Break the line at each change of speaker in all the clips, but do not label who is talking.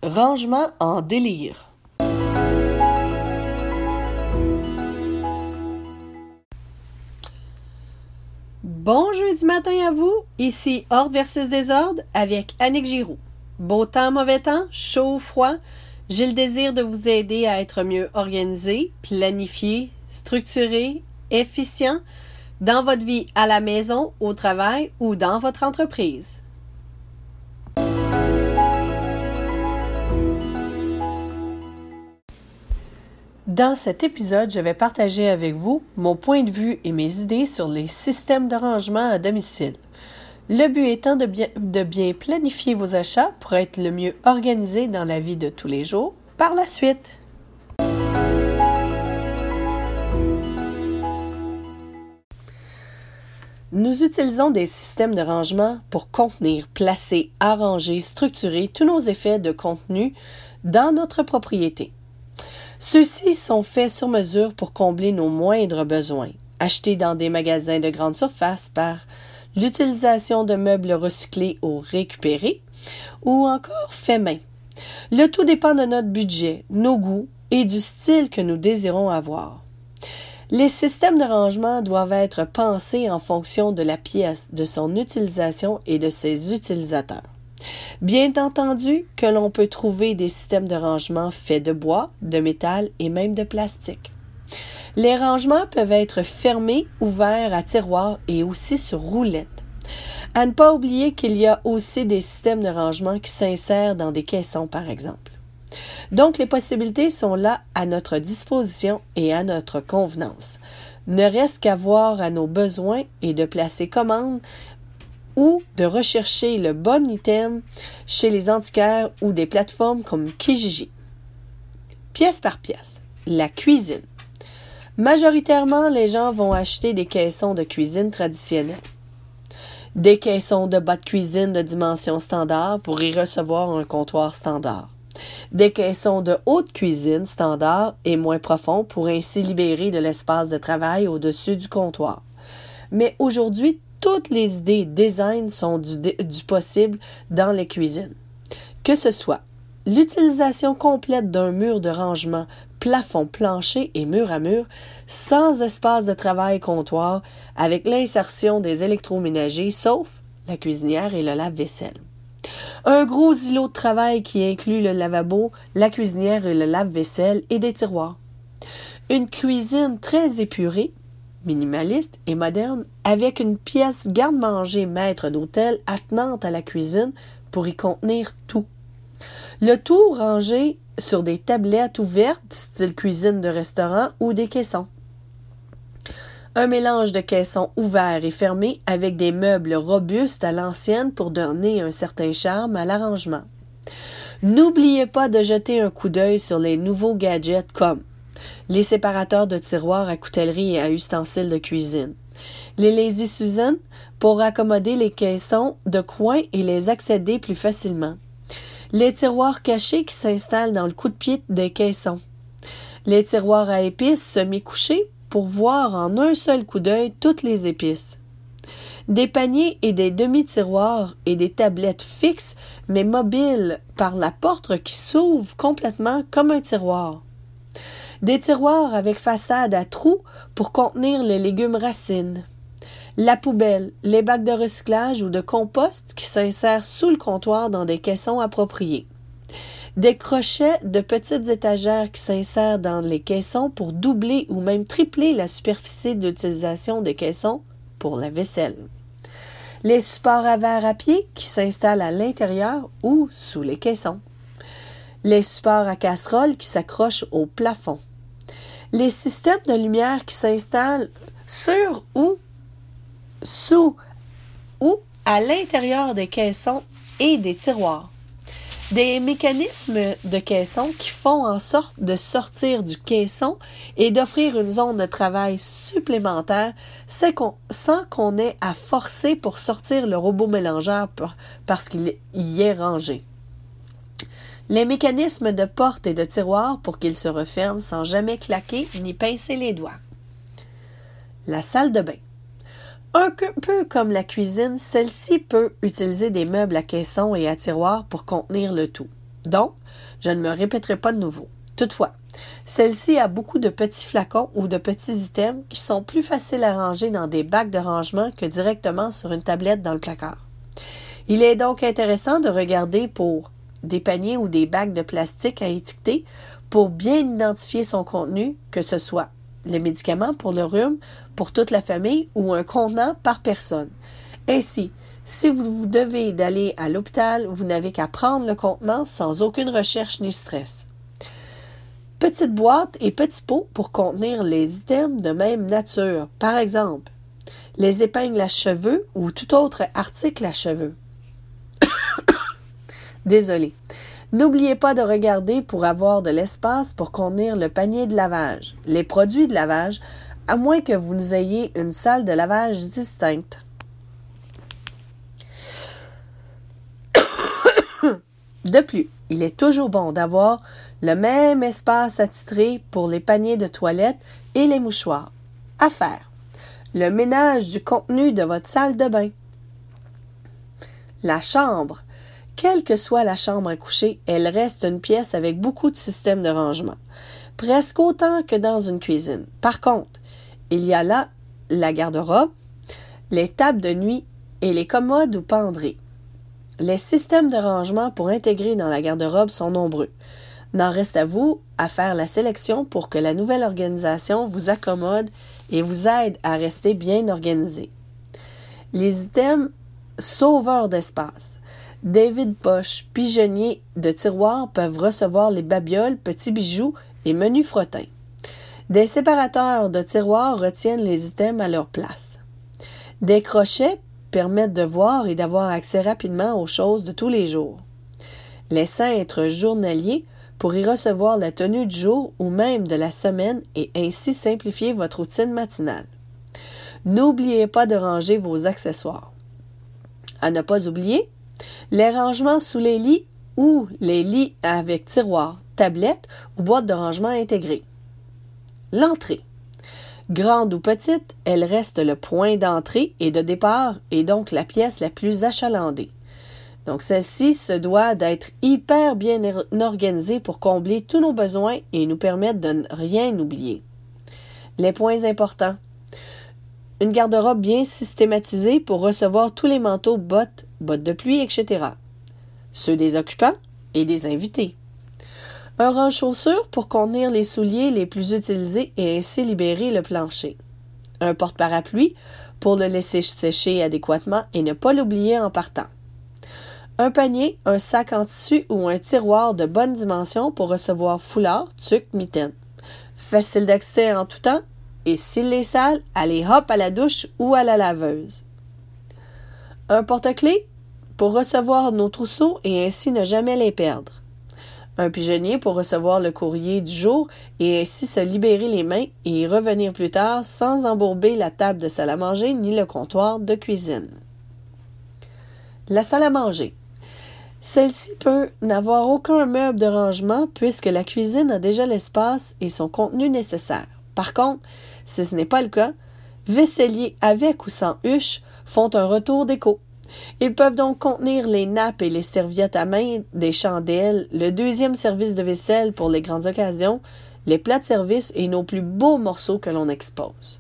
Rangement en délire. Bon jeudi matin à vous, ici Ordre versus Désordre avec Annick Giroux. Beau temps, mauvais temps, chaud, froid, j'ai le désir de vous aider à être mieux organisé, planifié, structuré, efficient dans votre vie à la maison, au travail ou dans votre entreprise. Dans cet épisode, je vais partager avec vous mon point de vue et mes idées sur les systèmes de rangement à domicile. Le but étant de bien planifier vos achats pour être le mieux organisé dans la vie de tous les jours par la suite. Nous utilisons des systèmes de rangement pour contenir, placer, arranger, structurer tous nos effets de contenu dans notre propriété. Ceux-ci sont faits sur mesure pour combler nos moindres besoins, achetés dans des magasins de grande surface par l'utilisation de meubles recyclés ou récupérés, ou encore faits main. Le tout dépend de notre budget, nos goûts et du style que nous désirons avoir. Les systèmes de rangement doivent être pensés en fonction de la pièce, de son utilisation et de ses utilisateurs. Bien entendu que l'on peut trouver des systèmes de rangement faits de bois, de métal et même de plastique. Les rangements peuvent être fermés, ouverts à tiroirs et aussi sur roulettes. À ne pas oublier qu'il y a aussi des systèmes de rangement qui s'insèrent dans des caissons, par exemple. Donc, les possibilités sont là à notre disposition et à notre convenance. Ne reste qu'à voir à nos besoins et de placer commande ou de rechercher le bon item chez les antiquaires ou des plateformes comme Kijiji. Pièce par pièce, la cuisine. Majoritairement, les gens vont acheter des caissons de cuisine traditionnels. Des caissons de bas de cuisine de dimension standard pour y recevoir un comptoir standard. Des caissons de haute cuisine standard et moins profonds pour ainsi libérer de l'espace de travail au-dessus du comptoir. Mais aujourd'hui, toutes les idées design sont du possible dans les cuisines. Que ce soit l'utilisation complète d'un mur de rangement, plafond, plancher et mur à mur, sans espace de travail comptoir, avec l'insertion des électroménagers, sauf la cuisinière et le lave-vaisselle. Un gros îlot de travail qui inclut le lavabo, la cuisinière et le lave-vaisselle et des tiroirs. Une cuisine très épurée, minimaliste et moderne, avec une pièce garde-manger maître d'hôtel attenante à la cuisine pour y contenir tout. Le tout rangé sur des tablettes ouvertes, style cuisine de restaurant ou des caissons. Un mélange de caissons ouverts et fermés avec des meubles robustes à l'ancienne pour donner un certain charme à l'arrangement. N'oubliez pas de jeter un coup d'œil sur les nouveaux gadgets comme les séparateurs de tiroirs à coutellerie et à ustensiles de cuisine. Les Lazy Susan pour accommoder les caissons de coin et les accéder plus facilement. Les tiroirs cachés qui s'installent dans le coup-de-pied des caissons. Les tiroirs à épices semi-couchés pour voir en un seul coup d'œil toutes les épices. Des paniers et des demi-tiroirs et des tablettes fixes mais mobiles par la porte qui s'ouvre complètement comme un tiroir. Des tiroirs avec façade à trous pour contenir les légumes racines. La poubelle, les bacs de recyclage ou de compost qui s'insèrent sous le comptoir dans des caissons appropriés. Des crochets de petites étagères qui s'insèrent dans les caissons pour doubler ou même tripler la superficie d'utilisation des caissons pour la vaisselle. Les supports à verre à pied qui s'installent à l'intérieur ou sous les caissons. Les supports à casserole qui s'accrochent au plafond. Les systèmes de lumière qui s'installent sur ou sous ou à l'intérieur des caissons et des tiroirs. Des mécanismes de caisson qui font en sorte de sortir du caisson et d'offrir une zone de travail supplémentaire sans qu'on ait à forcer pour sortir le robot mélangeur parce qu'il y est rangé. Les mécanismes de porte et de tiroir pour qu'ils se referment sans jamais claquer ni pincer les doigts. La salle de bain. Un peu comme la cuisine, celle-ci peut utiliser des meubles à caissons et à tiroirs pour contenir le tout. Donc, je ne me répéterai pas de nouveau. Toutefois, celle-ci a beaucoup de petits flacons ou de petits items qui sont plus faciles à ranger dans des bacs de rangement que directement sur une tablette dans le placard. Il est donc intéressant de regarder pour des paniers ou des bacs de plastique à étiqueter pour bien identifier son contenu, que ce soit les médicaments pour le rhume, pour toute la famille ou un contenant par personne. Ainsi, si vous devez d'aller à l'hôpital, vous n'avez qu'à prendre le contenant sans aucune recherche ni stress. Petite boîte et petits pots pour contenir les items de même nature. Par exemple, les épingles à cheveux ou tout autre article à cheveux. Désolé. N'oubliez pas de regarder pour avoir de l'espace pour contenir le panier de lavage, les produits de lavage, à moins que vous ayez une salle de lavage distincte. De plus, il est toujours bon d'avoir le même espace attitré pour les paniers de toilette et les mouchoirs. À faire. Le ménage du contenu de votre salle de bain. La chambre. Quelle que soit la chambre à coucher, elle reste une pièce avec beaucoup de systèmes de rangement, presque autant que dans une cuisine. Par contre, il y a là la garde-robe, les tables de nuit et les commodes ou penderies. Les systèmes de rangement pour intégrer dans la garde-robe sont nombreux. N'en reste à vous à faire la sélection pour que la nouvelle organisation vous accommode et vous aide à rester bien organisé. Les items sauveurs d'espace. David Poche, pigeonniers de tiroirs peuvent recevoir les babioles, petits bijoux et menus frottins. Des séparateurs de tiroirs retiennent les items à leur place. Des crochets permettent de voir et d'avoir accès rapidement aux choses de tous les jours. Les cintres journaliers pour y recevoir la tenue du jour ou même de la semaine et ainsi simplifier votre routine matinale. N'oubliez pas de ranger vos accessoires. À ne pas oublier, les rangements sous les lits ou les lits avec tiroirs, tablettes ou boîtes de rangement intégrées. L'entrée. Grande ou petite, elle reste le point d'entrée et de départ et donc la pièce la plus achalandée. Donc celle-ci se doit d'être hyper bien organisée pour combler tous nos besoins et nous permettre de ne rien oublier. Les points importants. Une garde-robe bien systématisée pour recevoir tous les manteaux, bottes de pluie, etc. Ceux des occupants et des invités. Un range-chaussures pour contenir les souliers les plus utilisés et ainsi libérer le plancher. Un porte-parapluie pour le laisser sécher adéquatement et ne pas l'oublier en partant. Un panier, un sac en tissu ou un tiroir de bonne dimension pour recevoir foulard, tuque, mitaine. Facile d'accès en tout temps et s'il est sale, allez hop à la douche ou à la laveuse. Un porte-clés pour recevoir nos trousseaux et ainsi ne jamais les perdre. Un pigeonnier pour recevoir le courrier du jour et ainsi se libérer les mains et y revenir plus tard sans embourber la table de salle à manger ni le comptoir de cuisine. La salle à manger. Celle-ci peut n'avoir aucun meuble de rangement puisque la cuisine a déjà l'espace et son contenu nécessaire. Par contre, si ce n'est pas le cas, vaisseliers avec ou sans huche font un retour d'écho. Ils peuvent donc contenir les nappes et les serviettes à main, des chandelles, le deuxième service de vaisselle pour les grandes occasions, les plats de service et nos plus beaux morceaux que l'on expose.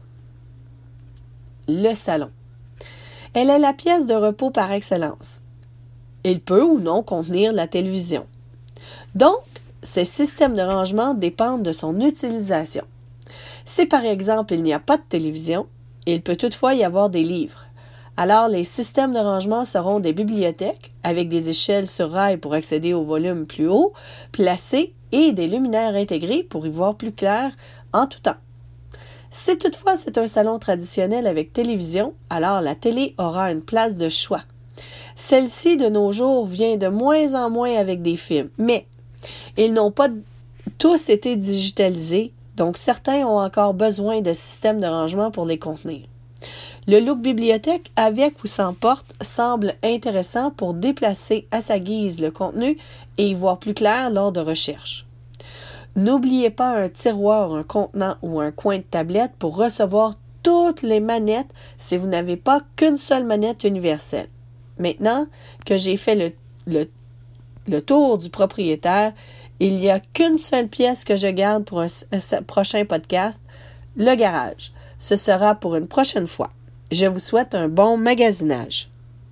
Le salon. Elle est la pièce de repos par excellence. Il peut ou non contenir la télévision. Donc, ces systèmes de rangement dépendent de son utilisation. Si par exemple il n'y a pas de télévision, il peut toutefois y avoir des livres. Alors les systèmes de rangement seront des bibliothèques avec des échelles sur rail pour accéder au volume plus haut, placés et des luminaires intégrés pour y voir plus clair en tout temps. Si toutefois c'est un salon traditionnel avec télévision, alors la télé aura une place de choix. Celle-ci de nos jours vient de moins en moins avec des films, mais ils n'ont pas tous été digitalisés, donc certains ont encore besoin de systèmes de rangement pour les contenir. Le look bibliothèque avec ou sans porte semble intéressant pour déplacer à sa guise le contenu et y voir plus clair lors de recherches. N'oubliez pas un tiroir, un contenant ou un coin de tablette pour recevoir toutes les manettes si vous n'avez pas qu'une seule manette universelle. Maintenant que j'ai fait le le tour du propriétaire, il n'y a qu'une seule pièce que je garde pour un prochain podcast, le garage. Ce sera pour une prochaine fois. Je vous souhaite un bon magasinage.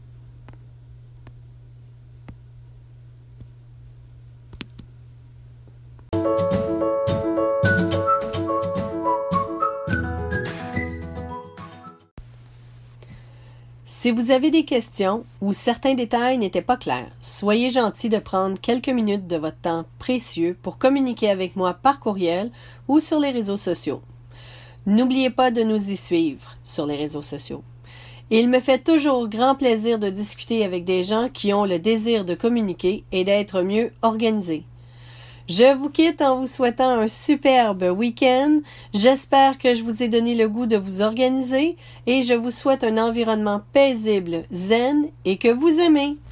Si vous avez des questions ou certains détails n'étaient pas clairs, soyez gentil de prendre quelques minutes de votre temps précieux pour communiquer avec moi par courriel ou sur les réseaux sociaux. N'oubliez pas de nous y suivre sur les réseaux sociaux. Il me fait toujours grand plaisir de discuter avec des gens qui ont le désir de communiquer et d'être mieux organisés. Je vous quitte en vous souhaitant un superbe week-end. J'espère que je vous ai donné le goût de vous organiser et je vous souhaite un environnement paisible, zen et que vous aimez.